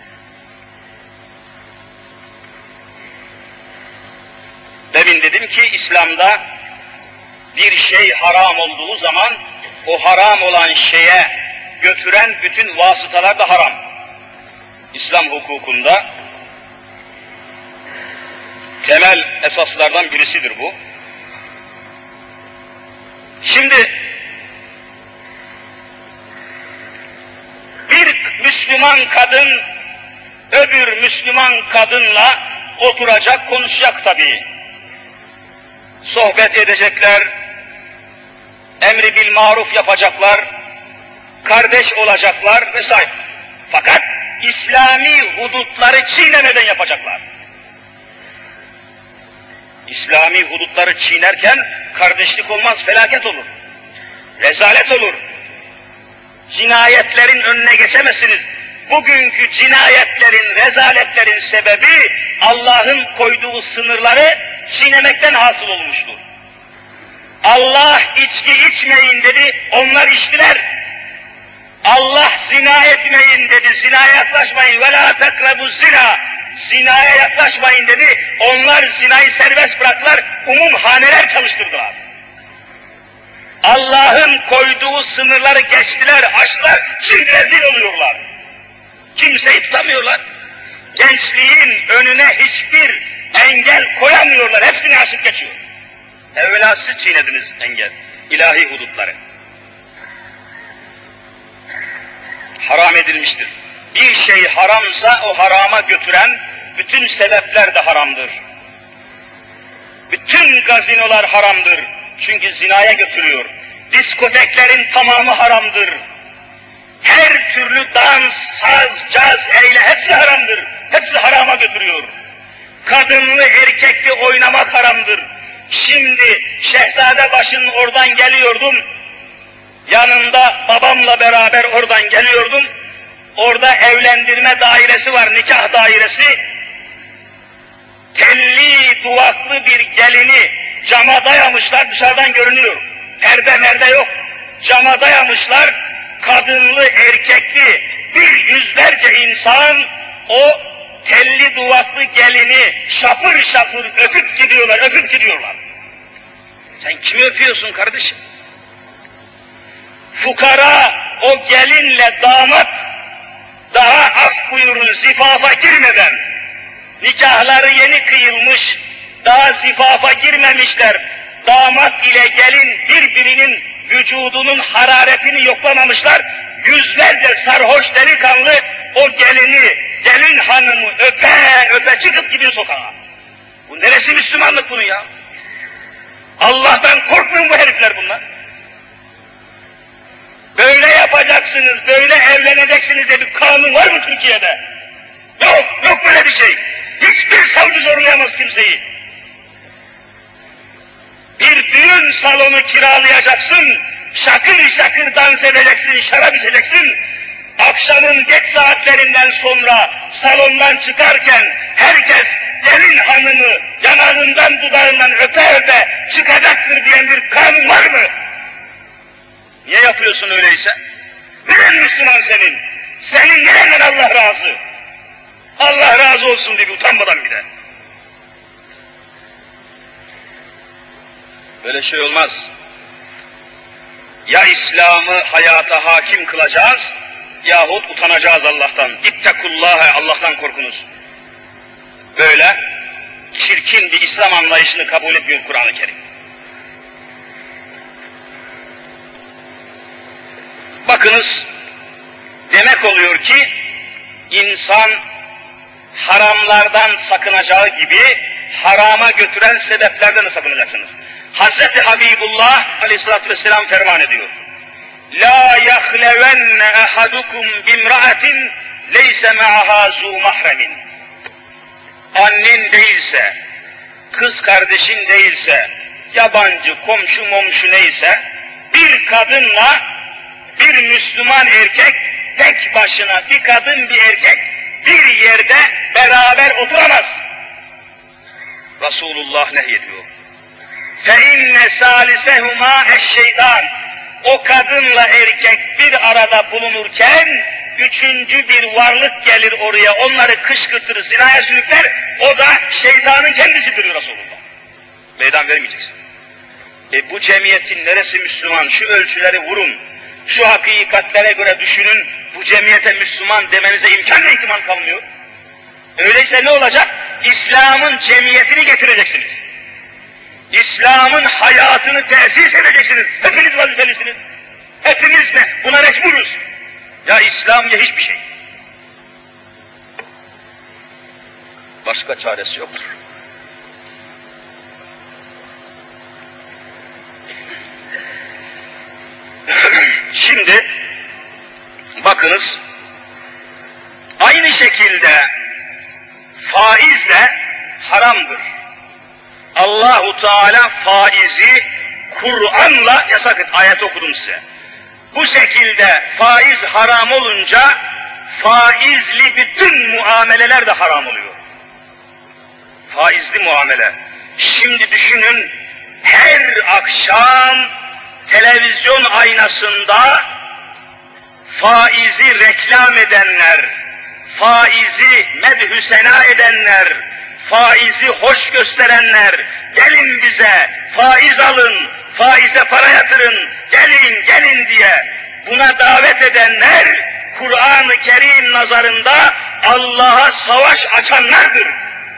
Demin dedim ki İslam'da bir şey haram olduğu zaman o haram olan şeye götüren bütün vasıtalar da haram. İslam hukukunda temel esaslardan birisidir bu. Şimdi bir Müslüman kadın öbür Müslüman kadınla oturacak, konuşacak tabii. Sohbet edecekler, emri bil maruf yapacaklar, kardeş olacaklar vesaire. Fakat İslami hudutları çiğnemeden yapacaklar. İslami hudutları çiğnerken kardeşlik olmaz, felaket olur. Rezalet olur. Cinayetlerin önüne geçemezsiniz. Bugünkü cinayetlerin, rezaletlerin sebebi Allah'ın koyduğu sınırları çiğnemekten hasıl olmuştur. Allah içki içmeyin dedi, onlar içtiler. Allah zina etmeyin dedi, zinaya yaklaşmayın. وَلَا تَقْرَبُوا zina. Zinaya yaklaşmayın dedi, onlar zinayı serbest bıraktılar, umum haneler çalıştırdılar. Allah'ın koyduğu sınırları geçtiler, aştılar, şimdi rezil oluyorlar. Kimseyi tutamıyorlar. gençliğin önüne hiçbir engel koyamıyorlar, hepsini aşıp geçiyor. Evvela siz çiğnediniz engel, ilahi hudutları. Haram edilmiştir. Bir şey haramsa o harama götüren bütün sebepler de haramdır. Bütün gazinolar haramdır. Çünkü zinaya götürüyor. Diskoteklerin tamamı haramdır. Her türlü dans, saz, caz, eyle hepsi haramdır. Hepsi harama götürüyor. Kadınlı, erkekli oynamak haramdır. Şimdi Şehzadebaşı'nın oradan geliyordum. Yanında babamla beraber oradan geliyordum. Orada evlendirme dairesi var, nikah dairesi. Telli, duvaklı bir gelini cama dayamışlar, dışarıdan görünüyor. Perde yok. Cama dayamışlar, kadınlı, erkekli yüzlerce insan o telli duvaklı gelini şapır şapır öpüp gidiyorlar. Sen kimi öpüyorsun kardeşim? Fukara o gelinle damat daha af buyurun zifafa girmeden, nikahları yeni kıyılmış, daha zifafa girmemişler, damat ile gelin birbirinin vücudunun hararetini yoklamamışlar, yüzlerce sarhoş delikanlı o gelin hanımı öpe çıkıp gidiyor sokağa. Bu neresi Müslümanlık bunun ya? Allah'tan korkmuyor bu herifler bunlar. Böyle yapacaksınız, böyle evleneceksiniz diye bir kanun var mı Türkiye'de? Yok böyle bir şey. Hiçbir savcı zorlayamaz kimseyi. Bir düğün salonu kiralayacaksın, şakır şakır dans edeceksin, şarap içeceksin. Akşamın geç saatlerinden sonra salondan çıkarken herkes gelin hanımı yanağından dudağından öpe çıkacaktır diyen bir kanun var mı? Niye yapıyorsun öyleyse? Neden Müslüman senin? Senin nereden Allah razı? Allah razı olsun diye utanmadan bir de. Böyle şey olmaz. Ya İslam'ı hayata hakim kılacağız, yahut utanacağız Allah'tan. İttekullâhe, Allah'tan korkunuz. Böyle çirkin bir İslam anlayışını kabul etmiyor Kur'an-ı Kerim. Bakınız, demek oluyor ki insan haramlardan sakınacağı gibi harama götüren sebeplerden de sakınacaksınız. Hazreti Habibullah aleyhissalatü vesselam ferman ediyor. La yahlevenne ahadukum bimra'atin leyse ma'aha zu mahremin. Annen değilse, kız kardeşin değilse, yabancı, komşu momşu neyse, bir kadınla bir Müslüman erkek tek başına, bir kadın bir erkek bir yerde beraber oturamaz. Resulullah nehyediyor. فَاِنَّ سَالِسَهُمَا eşşeytan. O kadınla erkek bir arada bulunurken üçüncü bir varlık gelir oraya, onları kışkırtır, zinaya sürükler, o da şeytanın kendisidir Resulullah. Meydan vermeyeceksin. Bu cemiyetin neresi Müslüman? Şu ölçüleri vurun, şu hakikatlere göre düşünün, bu cemiyete Müslüman demenize imkan ve ihtimal kalmıyor. Öyleyse ne olacak? İslam'ın cemiyetini getireceksiniz. İslam'ın hayatını tesis edeceksiniz. Hepiniz vazifelisiniz. Hepiniz mi? Buna mecburuz. Ya İslam ya hiçbir şey. Başka çaresi yoktur. Şimdi bakınız, aynı şekilde faiz de haramdır. Allahu Teala faizi Kur'an'la yasak et. Ayet okudum size. Bu şekilde faiz haram olunca faizli bütün muameleler de haram oluyor. Faizli muamele. Şimdi düşünün, her akşam televizyon aynasında faizi reklam edenler, faizi medhü sena edenler, faizi hoş gösterenler, gelin bize faiz alın, faize para yatırın, gelin diye buna davet edenler, Kur'an-ı Kerim nazarında Allah'a savaş açanlardır.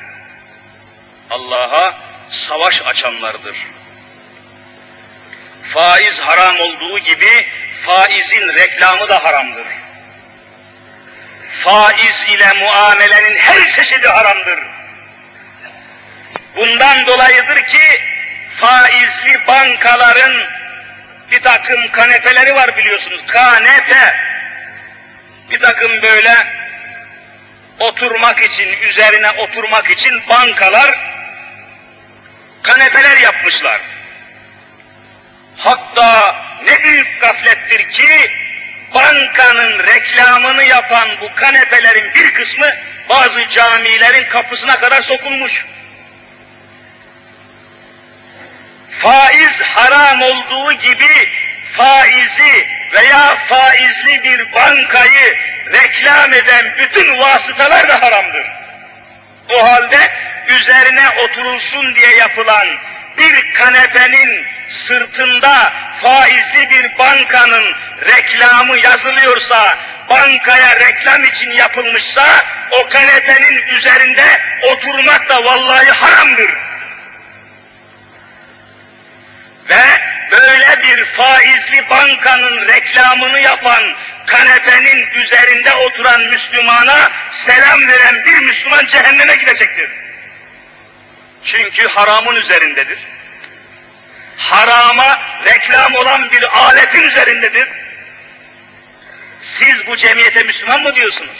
Allah'a savaş açanlardır. Faiz haram olduğu gibi faizin reklamı da haramdır. Faiz ile muamelenin her çeşidi haramdır. Bundan dolayıdır ki faizli bankaların bir takım kanepeleri var biliyorsunuz. Kanepe. Bir takım böyle oturmak için, üzerine oturmak için bankalar kanepeler yapmışlar. Hatta ne büyük gaflettir ki bankanın reklamını yapan bu kanepelerin bir kısmı bazı camilerin kapısına kadar sokulmuş. Faiz haram olduğu gibi faizi veya faizli bir bankayı reklam eden bütün vasıtalar da haramdır. O halde üzerine oturulsun diye yapılan bir kanepenin sırtında faizli bir bankanın reklamı yazılıyorsa, bankaya reklam için yapılmışsa, o kanepenin üzerinde oturmak da vallahi haramdır. Ve böyle bir faizli bankanın reklamını yapan, kanepenin üzerinde oturan Müslümana selam veren bir Müslüman cehenneme gidecektir. Çünkü haramın üzerindedir. Harama reklam olan bir aletin üzerindedir. Siz bu cemiyete Müslüman mı diyorsunuz?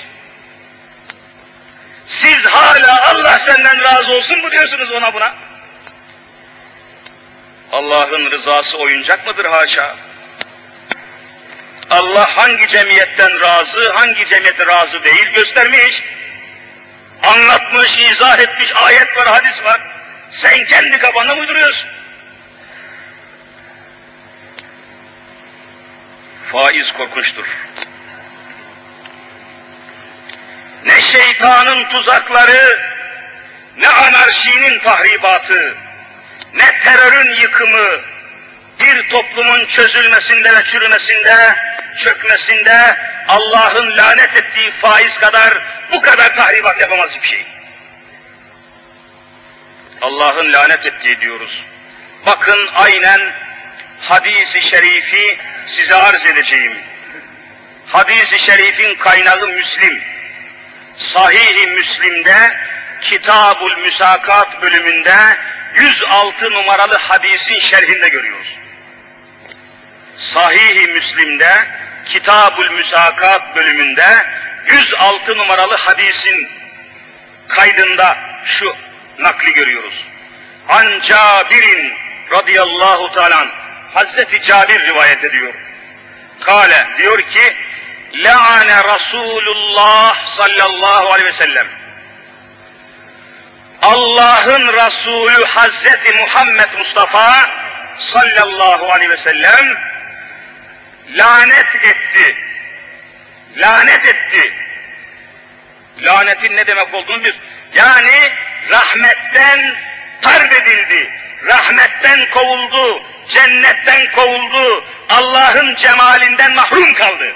Siz hala Allah senden razı olsun mu diyorsunuz ona buna? Allah'ın rızası oyuncak mıdır haşa? Allah hangi cemiyetten razı, hangi cemiyete razı değil göstermiş, anlatmış, izah etmiş, ayet var, hadis var. Sen kendi kafana uyduruyorsun. Faiz korkunçtur. Ne şeytanın tuzakları, ne anarşinin tahribatı, ne terörün yıkımı, bir toplumun çözülmesinde ve çürümesinde, çökmesinde Allah'ın lanet ettiği faiz kadar, bu kadar tahribat yapamaz bir şey. Allah'ın lanet ettiği diyoruz. Bakın aynen hadis-i şerifi size arz edeceğim. Hadis-i şerifin kaynağı Müslim. Sahih-i Müslim'de Kitab-ül Müsakat bölümünde 106 numaralı hadisin şerhinde görüyoruz. Sahih-i Müslim'de Kitab-ül Müsakat bölümünde 106 numaralı hadisin kaydında şu nakli görüyoruz. An Cabir'in radıyallahu teala Hazreti Cabir rivayet ediyor. Kale diyor ki La'ane Resulullah sallallahu aleyhi ve sellem. Allah'ın Resulü Hazreti Muhammed Mustafa sallallahu aleyhi ve sellem lanet etti. Lanet etti. Lanetin ne demek olduğunu biz, yani rahmetten tard edildi, rahmetten kovuldu, cennetten kovuldu, Allah'ın cemalinden mahrum kaldı.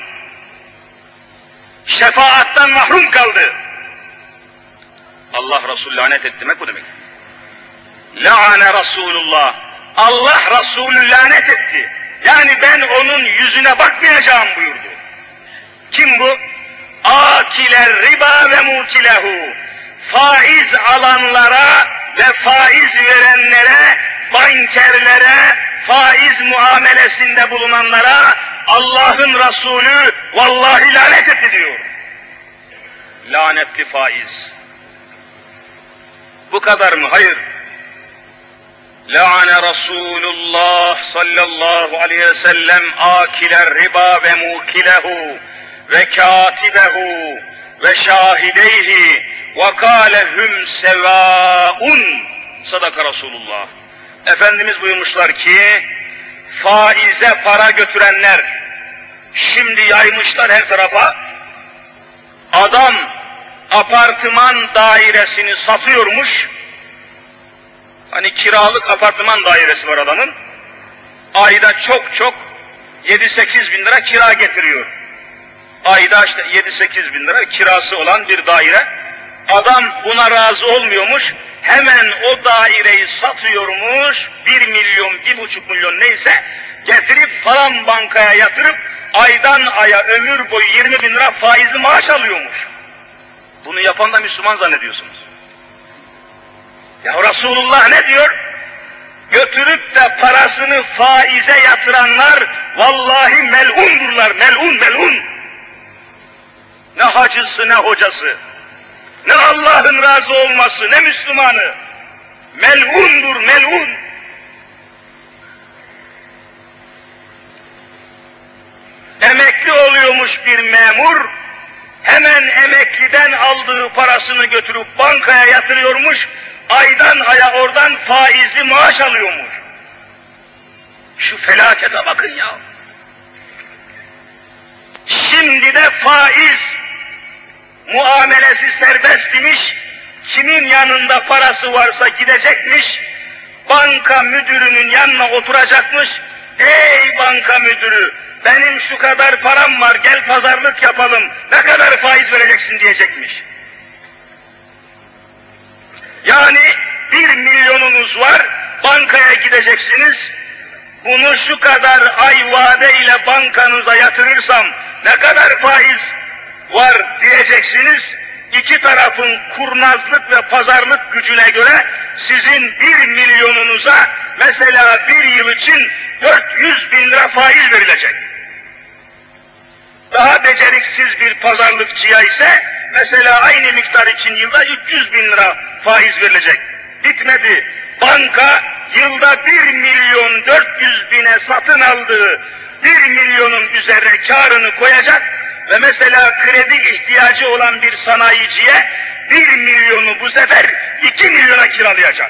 Şefaattan mahrum kaldı. Allah Resulü lanet etti demek bu demek. La'ane Resulullah. Allah Resulü lanet etti. Yani ben onun yüzüne bakmayacağım buyurdu. Kim bu? Akiler riba ve mukilehu. Faiz alanlara ve faiz verenlere, bankerlere, faiz muamelesinde bulunanlara Allah'ın Resulü vallahi lanet etti diyor. Lanetli faiz. Bu kadar mı? Hayır. La'ane Resulullah sallallahu aleyhi ve sellem akiler riba ve mukilehu ve katibehu ve şahideyhi ve kâlehum sevâun. Sadaka Resulullah. Efendimiz buyurmuşlar ki faize para götürenler şimdi yaymışlar her tarafa. Adam apartman dairesini satıyormuş. Hani kiralık apartman dairesi var adamın. Ayda çok 7-8 bin lira kira getiriyor. Ayda işte 7-8 bin lira kirası olan bir daire. Adam buna razı olmuyormuş. Hemen o daireyi satıyormuş. 1 milyon, 1,5 milyon neyse getirip falan bankaya yatırıp aydan aya ömür boyu 20 bin lira faizli maaş alıyormuş. Bunu yapan da Müslüman zannediyorsunuz. Ya Resulullah ne diyor? Götürüp de parasını faize yatıranlar vallahi mel'undurlar, mel'un, mel'un. Ne hacısı ne hocası, ne Allah'ın razı olması, ne Müslümanı. Mel'undur, mel'un. Emekli oluyormuş bir memur, hemen emekliden aldığı parasını götürüp bankaya yatırıyormuş, aydan aya oradan faizli maaş alıyormuş. Şu felakete bakın ya. Şimdi de faiz muamelesi serbest imiş, kimin yanında parası varsa gidecekmiş, banka müdürünün yanına oturacakmış, ey banka müdürü, benim şu kadar param var, gel pazarlık yapalım, ne kadar faiz vereceksin diyecekmiş. Yani 1 milyonunuz var, bankaya gideceksiniz, bunu şu kadar ay vade ile bankanıza yatırırsam ne kadar faiz var diyeceksiniz. İki tarafın kurnazlık ve pazarlık gücüne göre sizin 1 milyonunuza mesela bir yıl için 400 bin lira faiz verilecek. Daha beceriksiz bir pazarlıkçıya ise mesela aynı miktar için yılda 300 bin lira faiz verilecek. Bitmedi. Banka yılda 1 milyon 400 bine satın aldığı 1 milyonun üzerine karını koyacak ve mesela kredi ihtiyacı olan bir sanayiciye 1 milyonu bu sefer 2 milyona kiralayacak.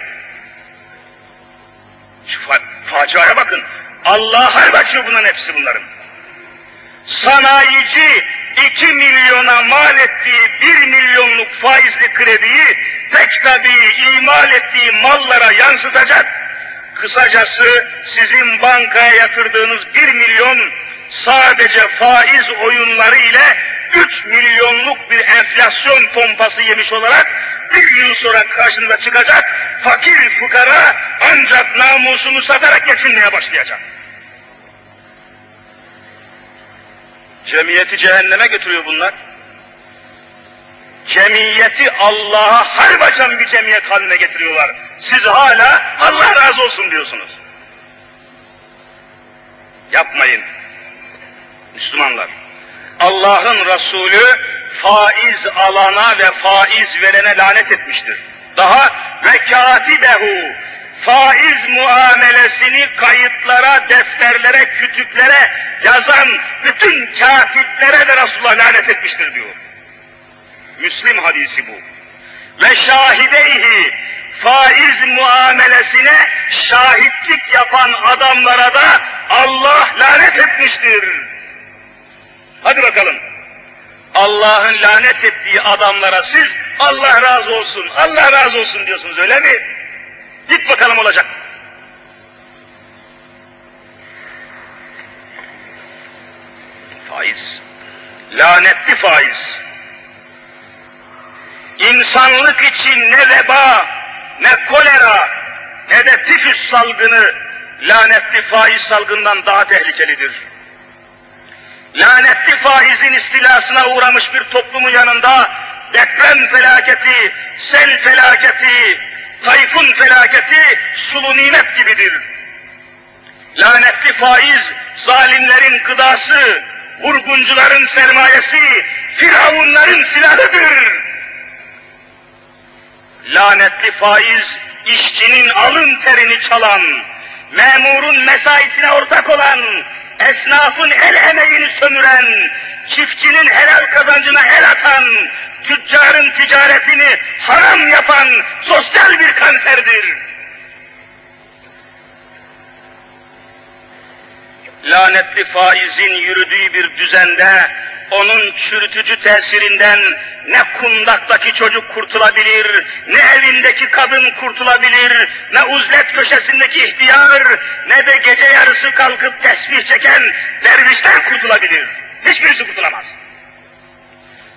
Şu faciaya bakın. Allah harp açıyor bunların hepsi bunların. Sanayici 2 milyona mal ettiği 1 milyonluk faizli krediyi tek tabii imal ettiği mallara yansıtacak. Kısacası sizin bankaya yatırdığınız 1 milyon sadece faiz oyunları ile 3 milyonluk bir enflasyon pompası yemiş olarak bir yıl sonra karşınıza çıkacak, fakir fukara ancak namusunu satarak geçinmeye başlayacak. Cemiyeti cehenneme götürüyor bunlar. Cemiyeti Allah'a harp açan bir cemiyet haline getiriyorlar. Siz hala Allah razı olsun diyorsunuz. Yapmayın. Müslümanlar. Allah'ın Resulü faiz alana ve faiz verene lanet etmiştir. Daha ve katibehu faiz muamelesini kayıtlara, defterlere, kütüklere yazan bütün katiplere de Resulullah lanet etmiştir diyor. Müslim hadisi bu. Ve şahideyhi faiz muamelesine şahitlik yapan adamlara da Allah lanet etmiştir. Hadi bakalım. Allah'ın lanet ettiği adamlara siz Allah razı olsun, Allah razı olsun diyorsunuz öyle mi? Git bakalım olacak. Faiz. Lanetli faiz. İnsanlık için ne veba, ne kolera, ne de tifüs salgını lanetli faiz salgından daha tehlikelidir. Lanetli faizin istilasına uğramış bir toplumun yanında deprem felaketi, sel felaketi, tayfun felaketi sulu nimet gibidir. Lanetli faiz zalimlerin gıdası, vurguncuların sermayesi, firavunların silahıdır. Lanetli faiz, işçinin alın terini çalan, memurun mesaisine ortak olan, esnafın el emeğini sömüren, çiftçinin helal kazancına el atan, tüccarın ticaretini haram yapan sosyal bir kanserdir. Lanetli faizin yürüdüğü bir düzende, onun çürütücü tesirinden ne kundaktaki çocuk kurtulabilir, ne evindeki kadın kurtulabilir, ne uzlet köşesindeki ihtiyar, ne de gece yarısı kalkıp tesbih çeken dervişler kurtulabilir. Hiçbirisi kurtulamaz.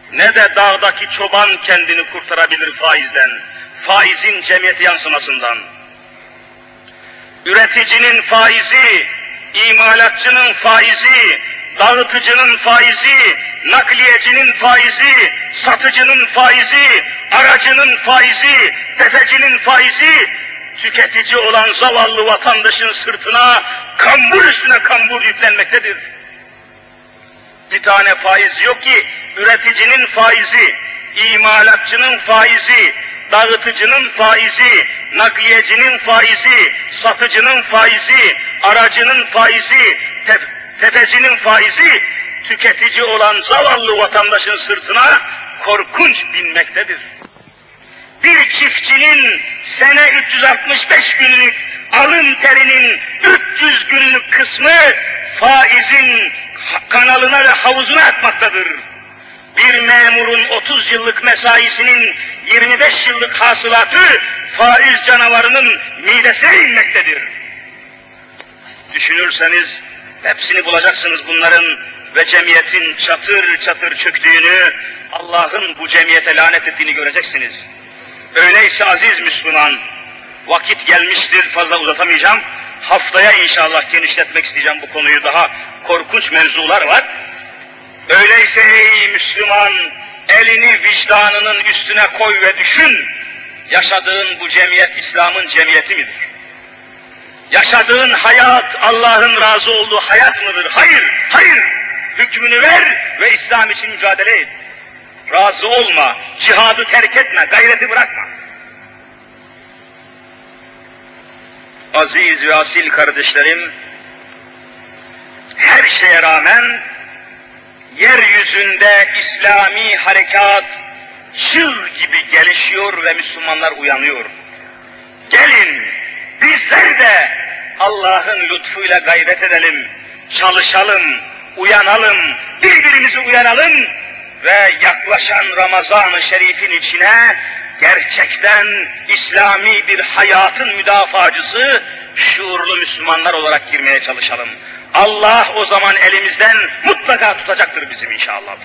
ne de dağdaki çoban kendini kurtarabilir faizden, faizin cemiyete yansımasından. Üreticinin faizi, imalatçının faizi, dağıtıcının faizi, nakliyecinin faizi, satıcının faizi, aracının faizi, tefecinin faizi, tüketici olan zavallı vatandaşın sırtına kambur üstüne kambur yüklenmektedir. Bir tane faiz yok ki, üreticinin faizi, imalatçının faizi, dağıtıcının faizi, nakliyecinin faizi, satıcının faizi, aracının faizi, tefecinin faizi, tüketici olan zavallı vatandaşın sırtına korkunç binmektedir. Bir çiftçinin sene 365 günlük alın terinin 300 günlük kısmı faizin kanalına ve havuzuna akmaktadır. Bir memurun 30 yıllık mesaisinin 25 yıllık hasılatı faiz canavarının midesine inmektedir. Düşünürseniz hepsini bulacaksınız bunların ve cemiyetin çatır çatır çöktüğünü, Allah'ın bu cemiyete lanet ettiğini göreceksiniz. Öyleyse aziz Müslüman, vakit gelmiştir, fazla uzatamayacağım. Haftaya inşallah genişletmek isteyeceğim bu konuyu, daha korkunç mevzular var. Öyleyse ey Müslüman, elini vicdanının üstüne koy ve düşün, yaşadığın bu cemiyet İslam'ın cemiyeti midir? Yaşadığın hayat Allah'ın razı olduğu hayat mıdır? Hayır, hayır! Hükmünü ver ve İslam için mücadele et. Razı olma, cihadı terk etme, gayreti bırakma. Aziz ve asil kardeşlerim, her şeye rağmen yeryüzünde İslami harekat çığ gibi gelişiyor ve Müslümanlar uyanıyor. Gelin, bizler de Allah'ın lütfuyla gayret edelim, çalışalım, uyanalım, birbirimizi uyaralım ve yaklaşan Ramazan-ı Şerif'in içine gerçekten İslami bir hayatın müdafacısı, şuurlu Müslümanlar olarak girmeye çalışalım. Allah o zaman elimizden mutlaka tutacaktır bizim inşallah.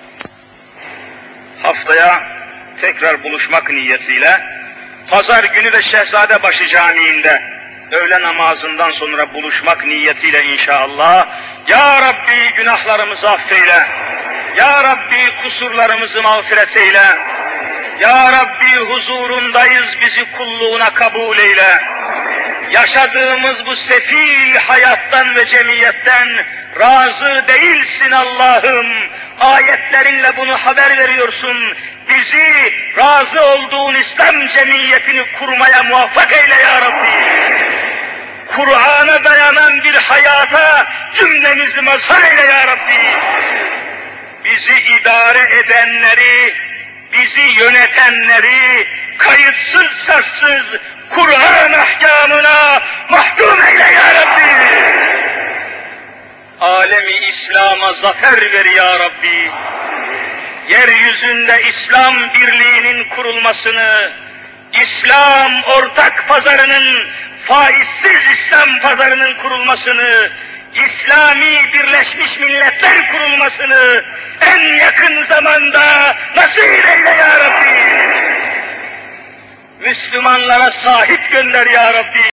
Haftaya tekrar buluşmak niyetiyle, pazar günü de Şehzadebaşı Camii'nde öğle namazından sonra buluşmak niyetiyle inşallah, Ya Rabbi günahlarımızı affeyle, Ya Rabbi kusurlarımızı mağfiret eyle, Ya Rabbi huzurundayız, bizi kulluğuna kabul eyle. Yaşadığımız bu sefil hayattan ve cemiyetten razı değilsin Allah'ım. Ayetlerinle bunu haber veriyorsun. Bizi razı olduğun İslam cemiyetini kurmaya muvaffak eyle ya Rabbi. Kur'an'a dayanan bir hayata cümlemizi mazhar eyle ya Rabbi. Bizi idare edenleri, bizi yönetenleri kayıtsız şartsız Kur'an ahkamına mahkum eyle ya Rabbi. Alemi İslam'a zafer ver ya Rabbi. Yeryüzünde İslam birliğinin kurulmasını, İslam ortak pazarının, faizsiz İslam pazarının kurulmasını, İslami Birleşmiş Milletler kurulmasını en yakın zamanda nasip eyle ya Rabbi. Müslümanlara sahip gönder ya Rabbi.